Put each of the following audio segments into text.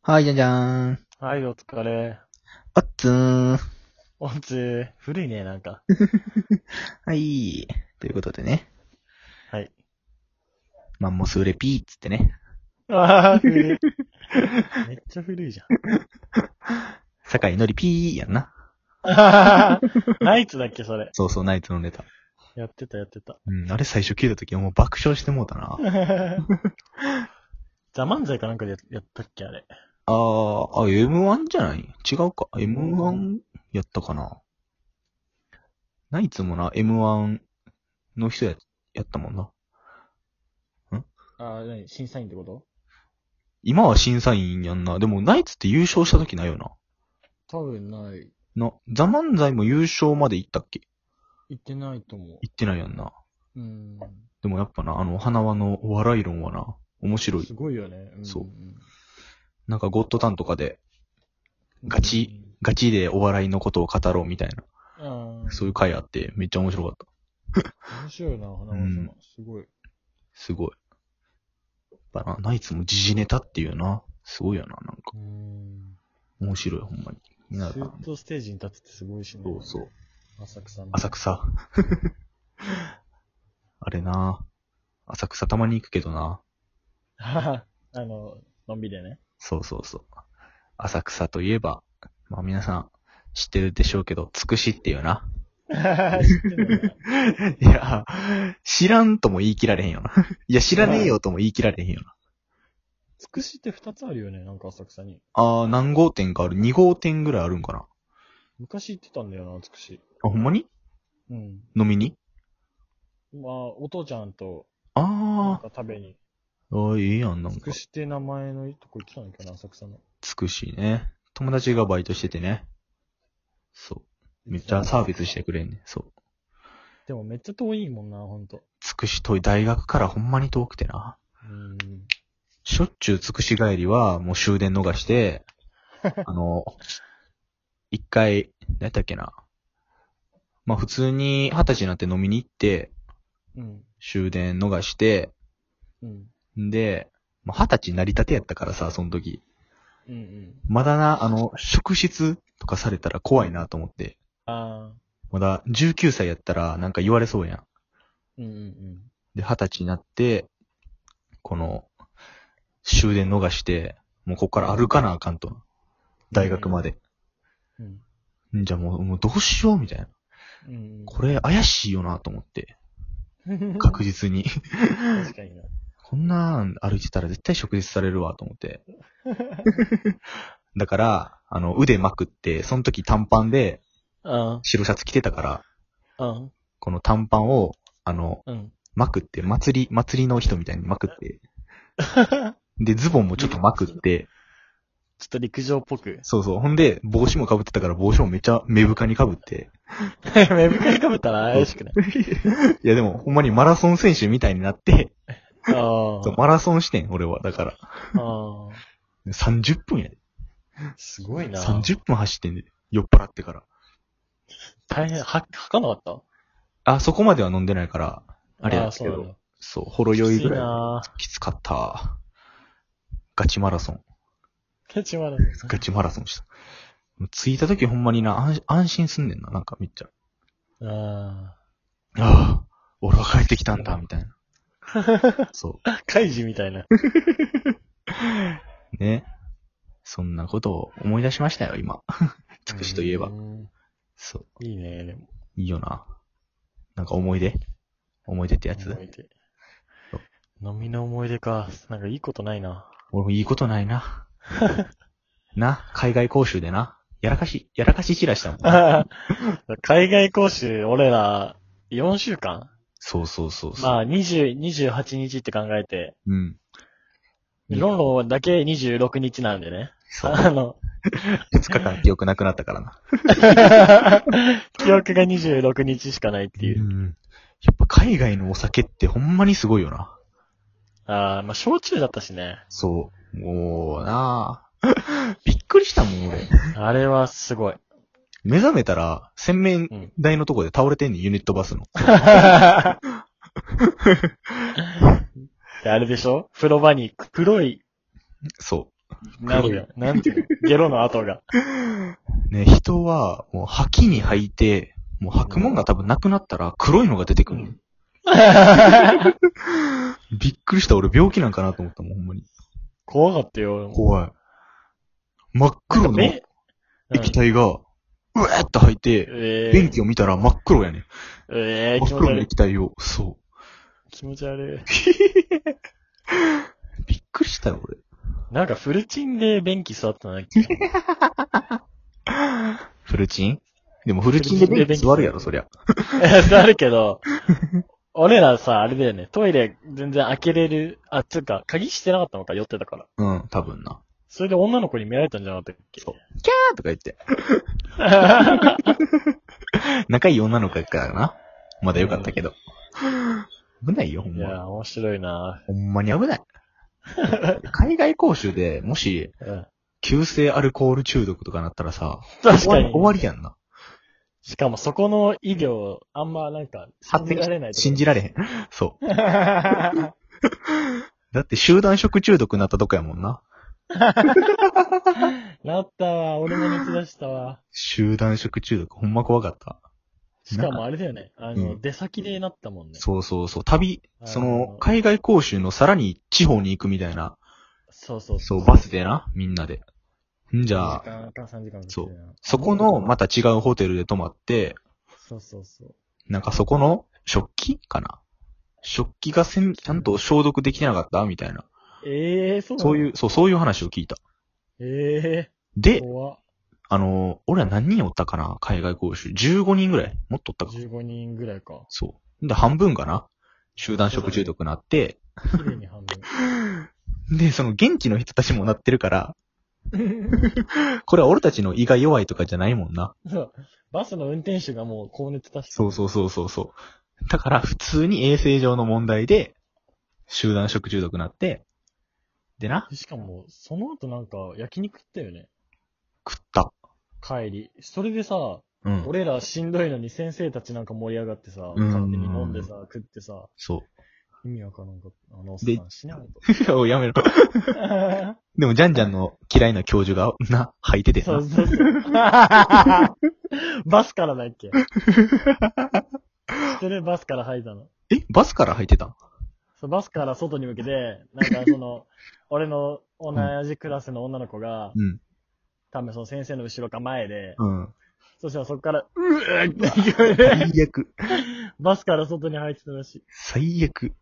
はい、じゃんじゃーん。 はい、お疲れ。 おっつーん。 おつ、古いね、なんか。 はい。ということでね。 はい。 マンモス売れピーっつってね。 ああ、古い。めっちゃ古いじゃん。 酒井のりピーやんな。 ナイツだっけ、それ。 そうそう、ナイツのネタ。 やってた、やってた。 うん、あれ最初聞いたときはもう爆笑してもうたな。 ザ・漫才かなんかでやったっけ、あれ。 M1 じゃない違うか。M1 やったかな。ナイツもな、M1 の人やったもんな。 ああ、何審査員ってこと？ 今は審査員やんな。でもナイツって優勝したときないよな。 多分ない。 ザ・漫才も優勝まで行ったっけ？ 言ってないと思行ってないやんな。 う。 でもやっぱな、花輪のお笑い論はな、面白い。 すごいよね。 そう。なんかゴッドタンとかで、ガチでお笑いのことを語ろうみたいな、そういう回あって、めっちゃ面白かった。 面白いな、花輪様。すごい。 すごい。やっぱな、ナイツも時事ネタっていうな、すごいよな、なんか。面白い、ほんまに。 スーッとステージに立つってすごいしね。 そうそう。 浅草の。 浅草。あれな、浅草たまに行くけどな。 のんびりでね。 そうそうそう。浅草といえば、まあ皆さん知ってるでしょうけど、つくしっていうな。 知ってんのかな。 いや、知らんとも言い切られへんよな。いや、知らねえよとも言い切られへんよな。 つくしって2つあるよね、なんか浅草に。 何号店かある？ 2 号店ぐらいあるんかな。 昔行ってたんだよな、つくし。 ほんまに？ 飲みに？ まあ、お父ちゃんと、なんあか食べに。 いいやん、なんか。 つくしって名前のとこ行ってたんだっけな、浅草の。 つくしね。友達がバイトしててね。そう。めっちゃサービスしてくれんね。そう。 でもめっちゃ遠いもんな、ほんと。 つくし遠い、大学からほんまに遠くてな。しょっちゅうつくし帰りは、もう終電逃して、一回、何やったっけな。まあ普通に20歳になって飲みに行って、終電逃して、で、まあ20歳になりたてやったからさ、その時。まだな、職質とかされたら怖いなと思って。まだ19歳やったらなんか言われそうやん。で、20歳になって、この、終電逃して、もうこっから歩かなあかんと。大学まで。じゃあもうどうしようみたいな。これ怪しいよなと思って。確実に。 確かにな。 こんなん歩いてたら絶対職質されるわと思って。だから、腕まくって、その時短パンで、白シャツ着てたから、この短パンを、まくって、祭りの人みたいにまくって、で、ズボンもちょっとまくって、 ちょっと陸上っぽく。 そうそう。ほんで、帽子も被ってたから帽子もめっちゃ目深に被って。 目深に被ったら怪しくない？ いやでも、ほんまにマラソン選手みたいになって、 そう、 マラソンしてん、俺は。だから。30分やで。 すごいな。 30分走ってんで。酔っ払ってから。 大変、吐かなかった？ そこまでは飲んでないから、あれやけど。そう、ほろ酔いぐらい。きつかった。ガチマラソン。ガチマラソンした。着いた時ほんまにな、安心すんねんな、なんかめっちゃ。俺は帰ってきたんだ、みたいな。そう。 カイジみたいな。 ね。そんなことを思い出しましたよ、今。つくしといえば。そう。 いいね、でも。 いいよな。なんか思い出ってやつ？思い出。 飲みの思い出か。なんかいいことないな。 俺もいいことないな。海外講習でな。やらかし散らしたもん。 海外講習、俺ら、4週間？ そう。 まあ、28日って考えて。 ロンロンだけ26日なんでね。 そう。2日間記憶なくなったからな。 記憶が26日しかないっていう。 やっぱ海外のお酒ってほんまにすごいよな。 まあ、焼酎だったしね。 そう。もうなびっくりしたもん、俺。 あれはすごい。 目覚めたら、洗面台のとこで倒れてんねん、ユニットバスの。 あれでしょ？風呂場に黒い。 そう。 なるよ。なんていうのゲロの跡が。 ね、人は、もう吐きに吐いて、もう吐くもんが多分なくなったら黒いのが出てくる、びっくりした。俺病気なんかなと思ったもん、ほんまに。 怖かったよ。 怖い。真っ黒の液体が、うわーっと吐いて、便器を見たら真っ黒やねん。真っ黒の液体を、そう。 気持ち悪い。 びっくりしたよ、俺。 なんかフルチンで便器座ったんだっけフルチンでもフルチンで便器座るやろ、そりゃ。 座るけど、俺らさ、あれだよね、トイレ全然開けれる、つうか、鍵してなかったのか、酔ってたから。 うん、多分な。 それで女の子に見られたんじゃなかったっけ？ そう。キャーとか言って。仲いい女の子やからな。まだよかったけど。危ないよ、ほんま。 いや、面白いな。 ほんまに危ない。海外講習でもし、急性アルコール中毒とかなったらさ、 確かに。 終わりやんな。 しかもそこの医療、あんまなんか、信じられない。 信じられへん。そう。だって集団食中毒になったとこやもんな。 なったわ、俺も熱出したわ。 集団食中毒、ほんま怖かった。 しかもあれだよね、出先でなったもんね。 そうそうそう。海外講習のさらに地方に行くみたいな。 そうそうそう、バスでな、みんなで。んじゃあ、 3時間そう。そこの、また違うホテルで泊まって、 そうそうそう。 なんかそこの食器かな食器がちゃんと消毒できてなかったみたいな。そういう話を聞いた。で、俺は何人おったかな海外講習。15人ぐらいもっとおったか。 15人ぐらいか。 そう。で、半分かな集団食中毒になって。 綺麗に半分。 で、その現地の人たちもなってるから、これは俺たちの胃が弱いとかじゃないもんな。 そう。バスの運転手がもう高熱出して。 そう。だから普通に衛生上の問題で、集団食中毒になって、でな。 しかも、その後なんか焼肉食ったよね。 食った。 帰り。それでさ、俺らしんどいのに先生たちなんか盛り上がってさ、勝手に飲んでさ、食ってさ。 そう。 意味わからんかった。おっさん死ねよと。おやめろ。でも、ジャンジャンの嫌いな教授が、吐いててさ。 そう。バスからだっけ知ってるバスから吐いたの。 バスから吐いてた？ そう、バスから外に向けて、なんか俺の同じクラスの女の子が、多分その先生の後ろか前で、そしたらそっから、って聞こえて、 最悪。 バスから外に入ってたらしい。 最悪。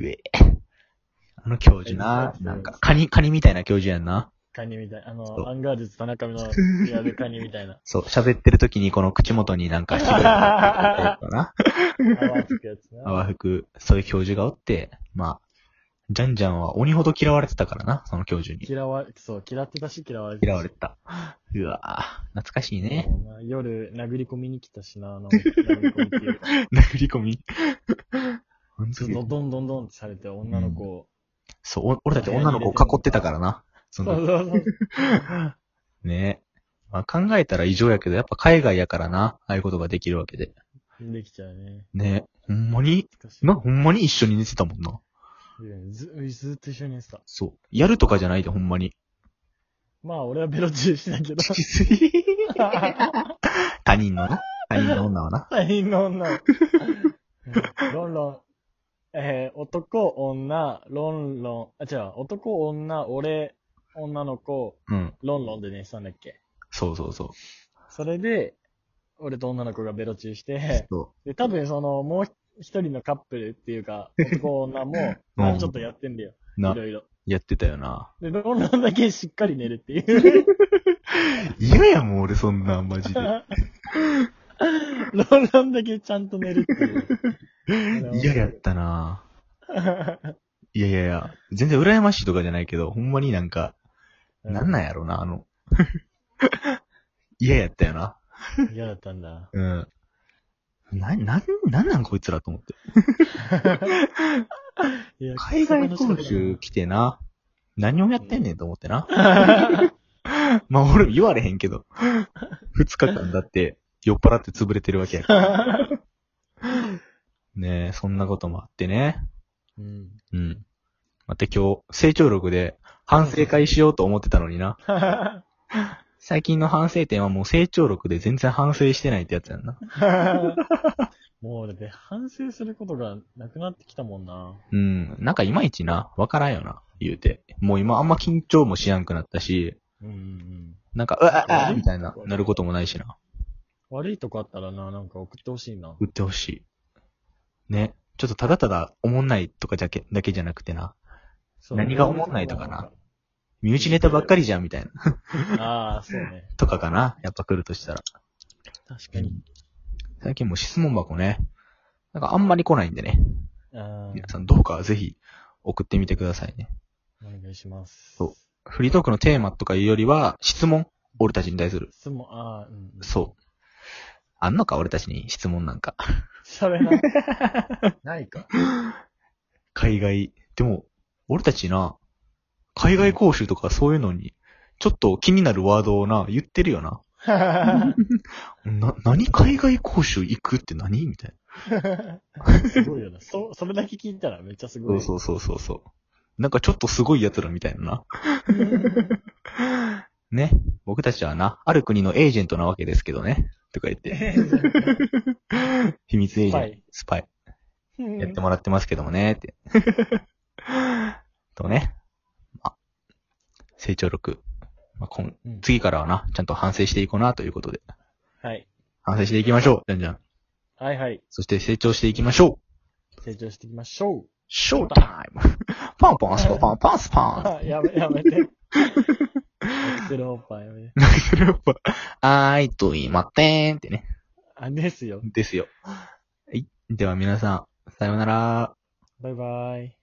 教授な、なんか、カニみたいな教授やんな。 カニみたい。アンガールズ田中のやるカニみたいな。 そう、喋ってる時にこの口元になんかひどいな。 泡吹くやつな。 泡吹く、そういう教授がおって、まあ、ジャンジャンは鬼ほど嫌われてたからな、その教授に。 嫌ってたし嫌われてた。嫌われてた。うわぁ、懐かしいね。 夜、殴り込みに来たしな、殴り込みっていうか。 殴り込みどんどんってされて女の子を。 そう、俺たち女の子を囲ってたからな。 そう。 ねえ。まあ考えたら異常やけど、やっぱ海外やからな、ああいうことができるわけで。 できちゃうね。 ねえ。ほんまに一緒に寝てたもんな。 ずっと一緒に寝てた。 そう。やるとかじゃないで、ほんまに。 まあ、俺はベロチューしたけど。 他人の女はな。 他人の女は。ロンロン。男、女、ロンロン、違う、男、女、俺、女の子、ロンロンで寝てたんだっけ？ そう。 それで、俺と女の子がベロチューして、で、多分もう一人のカップルっていうか、男、女も、ちょっとやってんだよ。いろいろ。 やってたよな。 で、ロンロンだけしっかり寝るっていう。 嫌やもん、俺そんなん、マジで。 ロンロンだけちゃんと寝るっていう。 嫌やったな。いや、全然羨ましいとかじゃないけど、ほんまになんか、なんやろな、嫌やったよな。 嫌だったんだ。 なんこいつらと思って。海外講習来てな、何をやってんねんと思ってな。まあ俺言われへんけど、2日間だって酔っ払って潰れてるわけやから。ねえ、そんなこともあってね。待って今日、成長力で反省会しようと思ってたのにな。最近の反省点はもう成長録で全然反省してないってやつやんな。 もうだって反省することがなくなってきたもんな。 うん。なんかいまいちな、わからんよな、言うて。もう今あんま緊張もしやんくなったし、なんか、みたいな、なることもないしな。 悪いとこあったらな、なんか送ってほしいな。 送ってほしい。ね。ちょっとただただ思んないとかだけじゃなくてな。何が思んないとかな。身内ネタばっかりじゃん、みたいな。 ああ、そうね。 とかかな。やっぱ来るとしたら。 確かに。 最近もう質問箱ね。なんかあんまり来ないんでね。皆さんどうかぜひ送ってみてくださいね。 お願いします。 そう。フリートークのテーマとかいうよりは、質問俺たちに対する。 質問、 そう。あんのか俺たちに質問なんか。 それな。ないか。 海外、でも、俺たちな、海外講習とかそういうのに、ちょっと気になるワードをな、言ってるよな。何海外講習行くって何みたいな。すごいよな。それだけ聞いたらめっちゃすごい。 そう。なんかちょっとすごい奴らみたいな。ね。僕たちはな、ある国のエージェントなわけですけどね。とか言って。秘密エージェント。スパイ。やってもらってますけどもね。って。とね。成長録。次からはな、ちゃんと反省していこうなということで。 はい。 反省していきましょう。じゃんじゃん。 はいはい。 そして成長していきましょう。成長していきましょう。 ショータイム。パンパンスパンパンスパン。 やめて。エクセルホッパーやめて。 エクセルホッパー。あーいと言いまってんってね。 ですよ。 はい。では皆さん、さようなら。 バイバイ。